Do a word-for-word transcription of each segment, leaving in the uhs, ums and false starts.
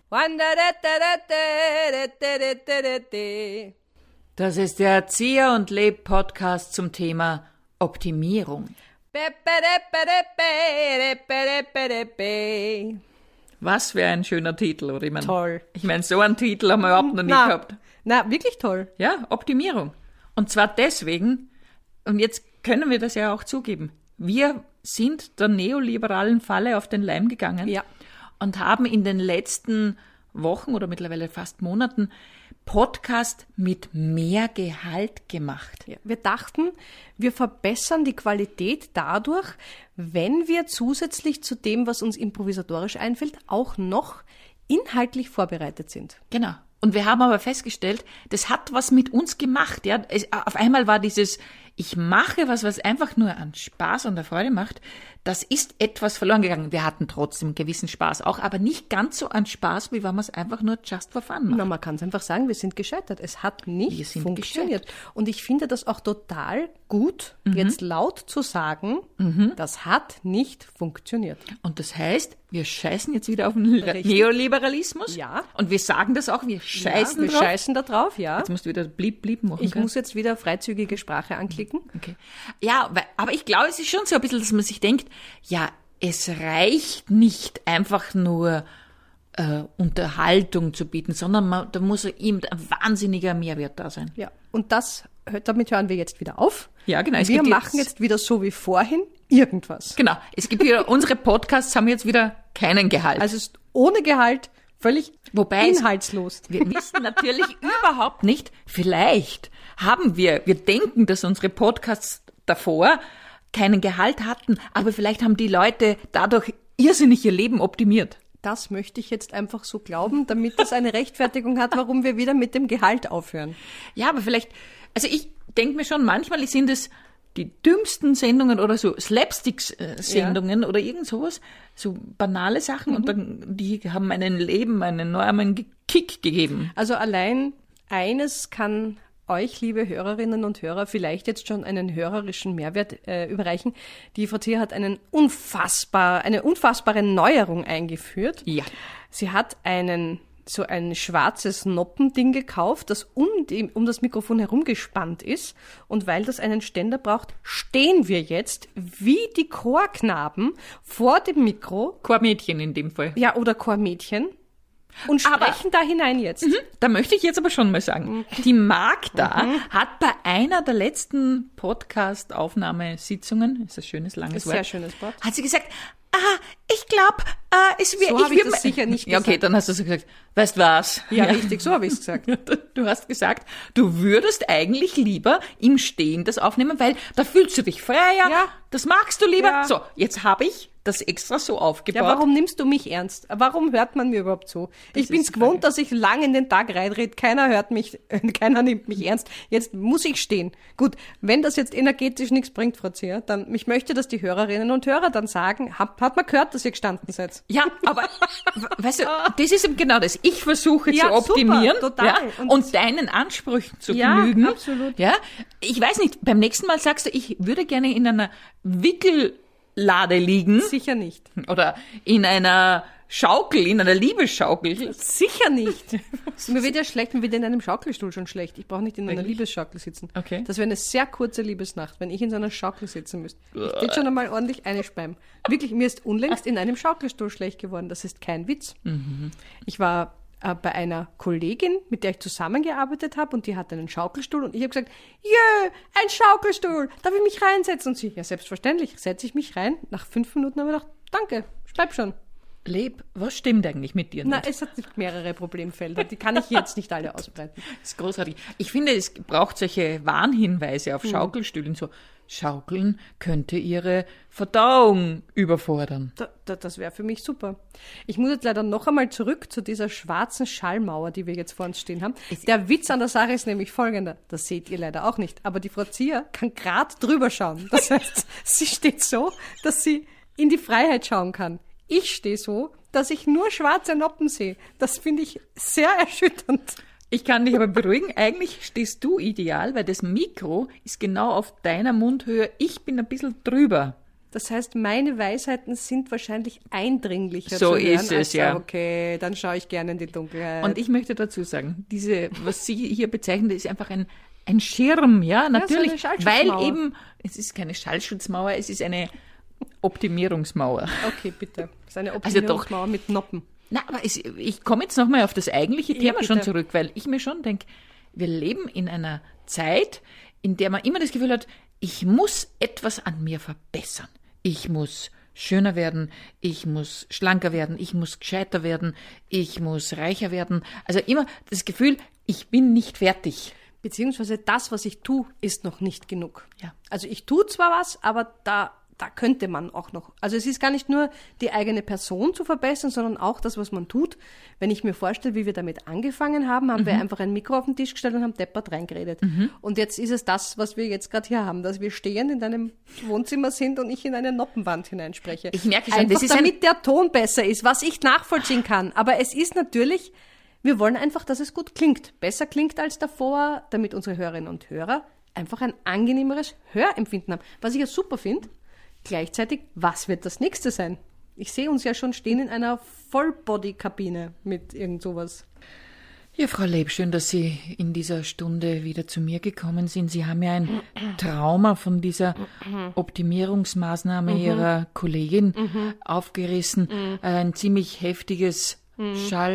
Das ist der Erzieher und Leb Podcast zum Thema Optimierung. Was für ein schöner Titel, oder? Ich mein, toll. Ich meine, so einen Titel haben wir überhaupt noch nie na, gehabt. Na, wirklich toll. Ja, Optimierung. Und zwar deswegen, und jetzt können wir das ja auch zugeben, wir sind der neoliberalen Falle auf den Leim gegangen ja. und haben in den letzten Wochen oder mittlerweile fast Monaten Podcast mit mehr Gehalt gemacht. Ja. Wir dachten, wir verbessern die Qualität dadurch, wenn wir zusätzlich zu dem, was uns improvisatorisch einfällt, auch noch inhaltlich vorbereitet sind. Genau. Und wir haben aber festgestellt, das hat was mit uns gemacht. Ja, es, auf einmal war dieses, ich mache was, was einfach nur an Spaß und der Freude macht, das ist etwas verloren gegangen. Wir hatten trotzdem gewissen Spaß auch, aber nicht ganz so an Spaß, wie wenn man es einfach nur just for fun macht. Na, man kann es einfach sagen, wir sind gescheitert. Es hat nicht funktioniert. Gescheitert. Und ich finde das auch total gut, mhm. jetzt laut zu sagen, mhm. das hat nicht funktioniert. Und das heißt, wir scheißen jetzt wieder auf den Richtig. Neoliberalismus. Ja. Und wir sagen das auch, wir scheißen ja, wir drauf. Wir scheißen da drauf, ja. Jetzt musst du wieder blieb, blieb machen. Ich können. muss jetzt wieder freizügige Sprache anklicken. Okay. Ja, aber ich glaube, es ist schon so ein bisschen, dass man sich denkt, ja, es reicht nicht einfach nur äh, Unterhaltung zu bieten, sondern man, da muss eben ein wahnsinniger Mehrwert da sein. Ja, und das, damit hören wir jetzt wieder auf. Ja, genau. Es wir gibt machen jetzt, jetzt wieder so wie vorhin irgendwas. Genau. Es gibt wieder, unsere Podcasts haben jetzt wieder keinen Gehalt. Also es ist ohne Gehalt völlig Wobei inhaltslos. Es, wir wissen natürlich überhaupt nicht, vielleicht haben wir, wir denken, dass unsere Podcasts davor keinen Gehalt hatten, aber vielleicht haben die Leute dadurch irrsinnig ihr Leben optimiert. Das möchte ich jetzt einfach so glauben, damit das eine Rechtfertigung hat, warum wir wieder mit dem Gehalt aufhören. Ja, aber vielleicht, also ich denke mir schon, manchmal sind es die dümmsten Sendungen oder so Slapstick-Sendungen ja. oder irgend sowas, so banale Sachen mhm. und dann, die haben einem Leben einen enormen Kick gegeben. Also allein eines kann euch, liebe Hörerinnen und Hörer, vielleicht jetzt schon einen hörerischen Mehrwert äh, überreichen. Die Frau Zier hat einen unfassbar, eine unfassbare Neuerung eingeführt. Ja. Sie hat einen so ein schwarzes Noppending gekauft, das um, die, um das Mikrofon herumgespannt ist. Und weil das einen Ständer braucht, stehen wir jetzt wie die Chorknaben vor dem Mikro. Chormädchen in dem Fall. Ja, oder Chormädchen. Und sprechen aber, da hinein jetzt. Mhm, da möchte ich jetzt aber schon mal sagen, die Magda mhm. hat bei einer der letzten Podcast-Aufnahmesitzungen, ist ein schönes, langes Wort, sehr schönes Wort, hat sie gesagt, ah, ich glaube, ah, es wird... So habe ich, ich das sicher nicht gesagt. Ja, okay, dann hast du so gesagt, weißt was? Ja, ja. richtig, so habe ich es gesagt. Du hast gesagt, du würdest eigentlich lieber im Stehen das aufnehmen, weil da fühlst du dich freier, ja. das magst du lieber. Ja. So, jetzt habe ich das extra so aufgebaut. Ja, warum nimmst du mich ernst? Warum hört man mir überhaupt so? Das ich bin's gewohnt, dass ich lang in den Tag reinrede. Keiner hört mich, keiner nimmt mich ernst. Jetzt muss ich stehen. Gut, wenn das jetzt energetisch nichts bringt, Frau Zier, dann, ich möchte, dass die Hörerinnen und Hörer dann sagen, hat, hat man gehört, dass ihr gestanden seid? Ja, aber, weißt du, das ist eben genau das. Ich versuche ja, zu optimieren. Super, total. Ja, und, und deinen Ansprüchen zu ja, genügen. Ja, absolut. Ja, ich weiß nicht, beim nächsten Mal sagst du, ich würde gerne in einer Wickel Lade liegen. Sicher nicht. Oder in einer Schaukel, in einer Liebesschaukel. Sicher nicht. Mir wird ja schlecht, mir wird in einem Schaukelstuhl schon schlecht. Ich brauche nicht in einer Wirklich? Liebesschaukel sitzen. Okay. Das wäre eine sehr kurze Liebesnacht, wenn ich in so einer Schaukel sitzen müsste. Ich krieg schon einmal ordentlich eine Speim. Wirklich, mir ist unlängst in einem Schaukelstuhl schlecht geworden. Das ist kein Witz. Mhm. Ich war äh, bei einer Kollegin, mit der ich zusammengearbeitet habe, und die hatte einen Schaukelstuhl, und ich habe gesagt, jö, ein Schaukelstuhl, darf ich mich reinsetzen? Und sie, ja, selbstverständlich, setze ich mich rein. Nach fünf Minuten habe ich gedacht, danke, bleib schon. Leb, was stimmt eigentlich mit dir? Na, es hat mehrere Problemfelder, die kann ich jetzt nicht alle ausbreiten. Das ist großartig. Ich finde, es braucht solche Warnhinweise auf Schaukelstühlen, so Schaukeln könnte ihre Verdauung überfordern. Da, da, das wäre für mich super. Ich muss jetzt leider noch einmal zurück zu dieser schwarzen Schallmauer, die wir jetzt vor uns stehen haben. Der Witz an der Sache ist nämlich folgender. Das seht ihr leider auch nicht. Aber die Frau Zier kann gerade drüber schauen. Das heißt, sie steht so, dass sie in die Freiheit schauen kann. Ich stehe so, dass ich nur schwarze Noppen sehe. Das finde ich sehr erschütternd. Ich kann dich aber beruhigen, eigentlich stehst du ideal, weil das Mikro ist genau auf deiner Mundhöhe. Ich bin ein bisschen drüber. Das heißt, meine Weisheiten sind wahrscheinlich eindringlicher So zu hören. ist es, als, ja. Okay, dann schaue ich gerne in die Dunkelheit. Und ich möchte dazu sagen, diese, was Sie hier bezeichnen, ist einfach ein, ein Schirm, ja, natürlich, so eine weil Schallschutzmauer. eben, es ist keine Schallschutzmauer, es ist eine Optimierungsmauer. Okay, bitte. Das ist eine Also Optimierungsmauer mit Noppen. Na, aber es, ich komme jetzt nochmal auf das eigentliche Ja, Thema schon bitte. zurück, weil ich mir schon denke, wir leben in einer Zeit, in der man immer das Gefühl hat, ich muss etwas an mir verbessern. Ich muss schöner werden, ich muss schlanker werden, ich muss gescheiter werden, ich muss reicher werden. Also immer das Gefühl, ich bin nicht fertig. Beziehungsweise das, was ich tue, ist noch nicht genug. Ja. Also ich tue zwar was, aber da, da könnte man auch noch. Also es ist gar nicht nur die eigene Person zu verbessern, sondern auch das, was man tut. Wenn ich mir vorstelle, wie wir damit angefangen haben, haben mhm. wir einfach ein Mikro auf den Tisch gestellt und haben deppert reingeredet. Mhm. Und jetzt ist es das, was wir jetzt gerade hier haben, dass wir stehend in deinem Wohnzimmer sind und ich in eine Noppenwand hineinspreche. Ich merke schon, einfach das ist damit ein der Ton besser ist, was ich nachvollziehen kann. Aber es ist natürlich, wir wollen einfach, dass es gut klingt. Besser klingt als davor, damit unsere Hörerinnen und Hörer einfach ein angenehmeres Hörempfinden haben. Was ich ja super finde. Gleichzeitig, was wird das nächste sein? Ich sehe uns ja schon stehen in einer Vollbody-Kabine mit irgend sowas. Ja, Frau Leb, schön, dass Sie in dieser Stunde wieder zu mir gekommen sind. Sie haben ja ein Trauma von dieser Optimierungsmaßnahme mhm. Ihrer Kollegin mhm. aufgerissen. Mhm. Ein ziemlich heftiges mhm.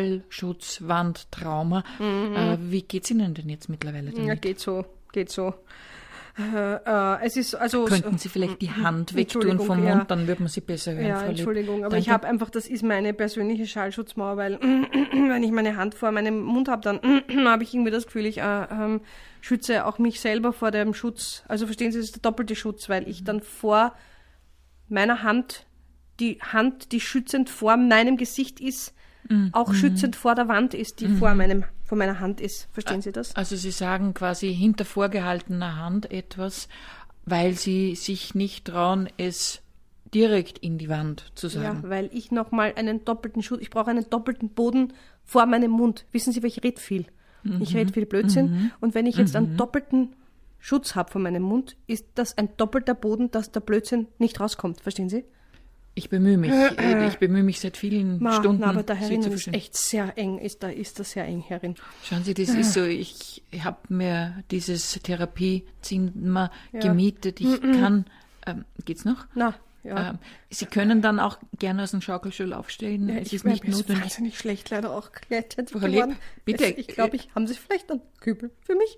Schallschutzwandtrauma. Mhm. Äh, wie geht's Ihnen denn jetzt mittlerweile damit? Ja, geht so, geht so. Äh, äh, es ist also Könnten Sie vielleicht die Hand wegtun vom Mund, ja. dann wird man Sie besser hören. Ja, Frau Lieb. Entschuldigung, aber Danke. ich habe einfach, das ist meine persönliche Schallschutzmauer, weil wenn ich meine Hand vor meinem Mund habe, dann habe ich irgendwie das Gefühl, ich äh, ähm, schütze auch mich selber vor dem Schutz. Also verstehen Sie, das ist der doppelte Schutz, weil ich dann vor meiner Hand, die Hand, die schützend vor meinem Gesicht ist, mhm. auch schützend vor der Wand ist, die mhm. vor meinem vor meiner Hand ist. Verstehen Sie das? Also Sie sagen quasi hinter vorgehaltener Hand etwas, weil Sie sich nicht trauen, es direkt in die Wand zu sagen. Ja, weil ich nochmal einen doppelten Schutz, ich brauche einen doppelten Boden vor meinem Mund. Wissen Sie, weil ich rede viel. Mhm. Ich rede viel Blödsinn. Mhm. Und wenn ich jetzt einen doppelten Schutz habe von meinem Mund, ist das ein doppelter Boden, dass der Blödsinn nicht rauskommt. Verstehen Sie? Ich bemühe mich. Ich bemühe mich seit vielen Ma, Stunden. Na, aber da Sie herinnen zu ist verstehen. echt sehr eng. Ist da ist das sehr eng herin. Schauen Sie, das ist so, ich habe mir dieses Therapiezimmer Ja. gemietet. Ich Mm-mm. kann, ähm, geht's noch? Na, ja. Ähm, Sie können dann auch gerne aus dem Schaukelstuhl aufstehen. Ja, es ich ist bin nicht notwendig. wahnsinnig schlecht leider auch gleichzeitig Frau Lieb, geworden. bitte. Es, ich glaube, ich haben Sie vielleicht einen Kübel für mich?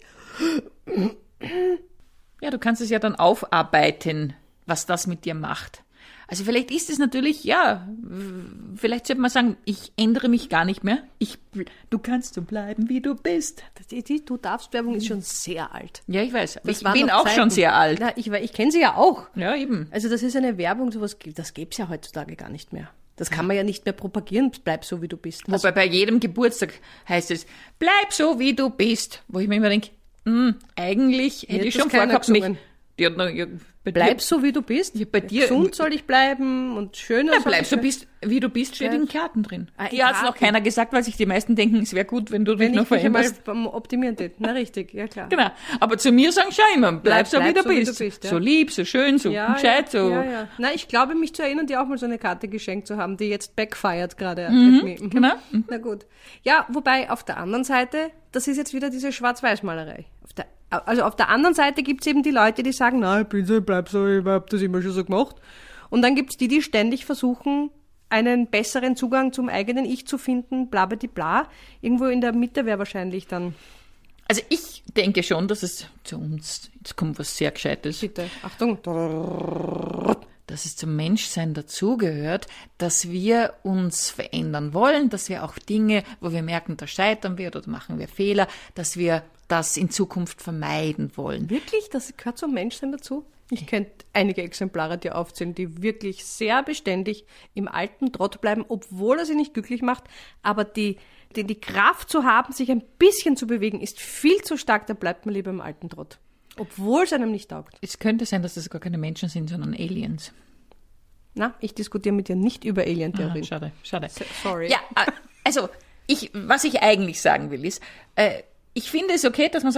Ja, du kannst es ja dann aufarbeiten, was das mit dir macht. Also vielleicht ist es natürlich, ja, vielleicht sollte man sagen, ich ändere mich gar nicht mehr. Ich, du kannst so bleiben, wie du bist. Die, die Du darfst Werbung ist schon sehr alt. Ja, ich weiß. Das Ich waren bin noch auch Zeiten. schon sehr alt. Na, ich ich kenne sie ja auch. Ja, eben. Also das ist eine Werbung, sowas gibt, das gäbe es ja heutzutage gar nicht mehr. Das kann man ja nicht mehr propagieren, bleib so, wie du bist. Also, Wobei bei jedem Geburtstag heißt es, bleib so, wie du bist. Wo ich mir immer denke, mh, eigentlich hätte Mir ich hat schon das keiner vorgehabt, mich... gesungen. Ja, na, ja, bei bleib dir, so, wie du bist. Ja, bei dir- Gesund soll ich bleiben und schöner ja, soll bleib ich so, sein. bist, wie du bist, steht Ja. in Karten drin. Ah, in Dir hat es noch Karten. keiner gesagt, weil sich die meisten denken, es wäre gut, wenn du dich Wenn noch ich mich einmal veränderst. beim Optimieren tät. Na richtig, ja klar. Genau. Aber zu mir sagen schon immer, bleib, Bleib- so, wie, bleib du so, wie bist. du bist, ja. So lieb, so schön, so Ja, gescheit, ja, so. ja, ja. Na, ich glaube, mich zu erinnern, dir auch mal so eine Karte geschenkt zu haben, die jetzt backfired gerade. Mhm, mit mir. Mhm. genau. Mhm. Na gut. Ja, wobei auf der anderen Seite, das ist jetzt wieder diese Schwarz-Weiß-Malerei. Auf der, also auf der anderen Seite gibt's eben die Leute, die sagen, na, ich bin so, ich bleib so, ich hab das immer schon so gemacht. Und dann gibt's die, die ständig versuchen, einen besseren Zugang zum eigenen Ich zu finden, bla bla bla. Irgendwo in der Mitte wäre wahrscheinlich dann, Also ich denke schon, dass es zu uns, jetzt kommt was sehr Gescheites, bitte, Achtung, dass es zum Menschsein dazugehört, dass wir uns verändern wollen, dass wir auch Dinge, wo wir merken, da scheitern wir oder da machen wir Fehler, dass wir das in Zukunft vermeiden wollen. Wirklich? Das gehört zum Menschsein dazu? Ich könnte einige Exemplare dir aufzählen, die wirklich sehr beständig im alten Trott bleiben, obwohl er sie nicht glücklich macht. Aber die, die, die Kraft zu haben, sich ein bisschen zu bewegen, ist viel zu stark. Da bleibt man lieber im alten Trott. Obwohl es einem nicht taugt. Es könnte sein, dass das gar keine Menschen sind, sondern Aliens. Na, ich diskutiere mit dir nicht über Alien-Theorien. Ah, schade, schade. So- sorry. Ja, also, ich, was ich eigentlich sagen will, ist, äh, ich finde es okay, dass man sagt,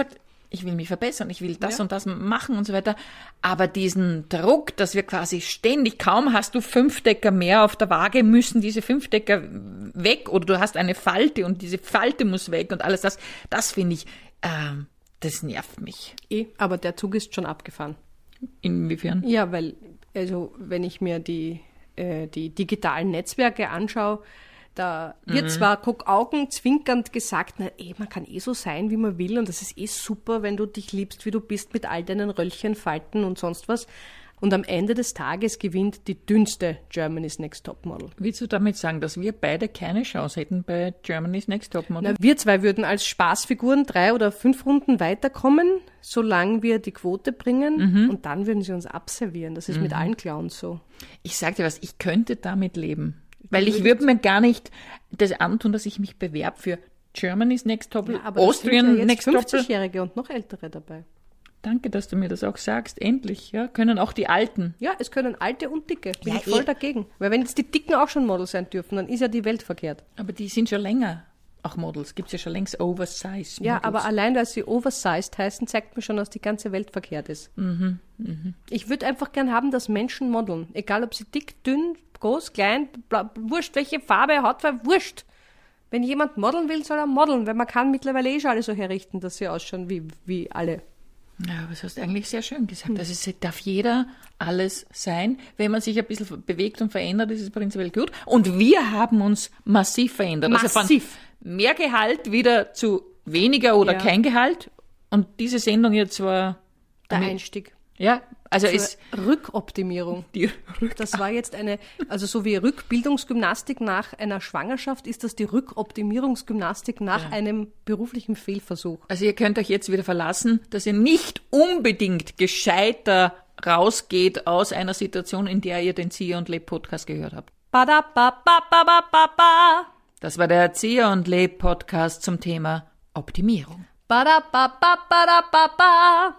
ich will mich verbessern, ich will das Ja. und das machen und so weiter. Aber diesen Druck, dass wir quasi ständig, kaum hast du fünf Decker mehr auf der Waage, müssen diese fünf Decker weg oder du hast eine Falte und diese Falte muss weg und alles das, das finde ich, ähm, das nervt mich. Eh, aber der Zug ist schon abgefahren. Inwiefern? Ja, weil, also wenn ich mir die, äh, die digitalen Netzwerke anschaue, da wird Mhm. zwar augenzwinkernd gesagt, na eh, man kann eh so sein, wie man will und das ist eh super, wenn du dich liebst, wie du bist, mit all deinen Röllchen, Falten und sonst was. Und am Ende des Tages gewinnt die dünnste Germany's Next Topmodel. Willst du damit sagen, dass wir beide keine Chance hätten bei Germany's Next Topmodel? Na, wir zwei würden als Spaßfiguren drei oder fünf Runden weiterkommen, solange wir die Quote bringen und dann würden sie uns abservieren. Das ist mit allen Clowns so. Ich sag dir was, ich könnte damit leben. Weil ich würde mir gar nicht das antun, dass ich mich bewerbe für Germany's Next Topmodel, Ja, aber es sind ja Austrian jetzt Next Topmodel. fünfzigjährige und noch ältere dabei. Danke, dass du mir das auch sagst. Endlich, ja, können auch die Alten. Ja, es können alte und dicke. Bin Ja, ich voll eh. dagegen. Weil wenn jetzt die Dicken auch schon Model sein dürfen, dann ist ja die Welt verkehrt. Aber die sind schon länger auch Models. Gibt's ja schon längst Oversize Models. Ja, aber allein, weil sie oversized heißen, zeigt mir schon, dass die ganze Welt verkehrt ist. Mhm, mh. Ich würde einfach gern haben, dass Menschen modeln. Egal, ob sie dick, dünn, groß, klein, bla, wurscht, welche Farbe, Hautfarbe, wurscht. Wenn jemand modeln will, soll er modeln, weil man kann mittlerweile eh schon alle so herrichten, dass sie ausschauen wie, wie alle. Ja, aber das hast du eigentlich sehr schön gesagt. Also es darf jeder alles sein. Wenn man sich ein bisschen bewegt und verändert, ist es prinzipiell gut. Und wir haben uns massiv verändert. Also Massiv. von mehr Gehalt wieder zu weniger oder Ja. kein Gehalt. Und diese Sendung jetzt war... Der mit- Einstieg. Ja, also Zur ist... Rückoptimierung. Die Das war jetzt eine, also so wie Rückbildungsgymnastik nach einer Schwangerschaft, ist das die Rückoptimierungsgymnastik nach Ja. einem beruflichen Fehlversuch. Also ihr könnt euch jetzt wieder verlassen, dass ihr nicht unbedingt gescheiter rausgeht aus einer Situation, in der ihr den Erzieher und Leb Podcast gehört habt. Ba-da-ba-ba-ba-ba-ba. Das war der Erzieher und Leb Podcast zum Thema Optimierung. Ba-da-ba-ba-ba-da-ba-ba.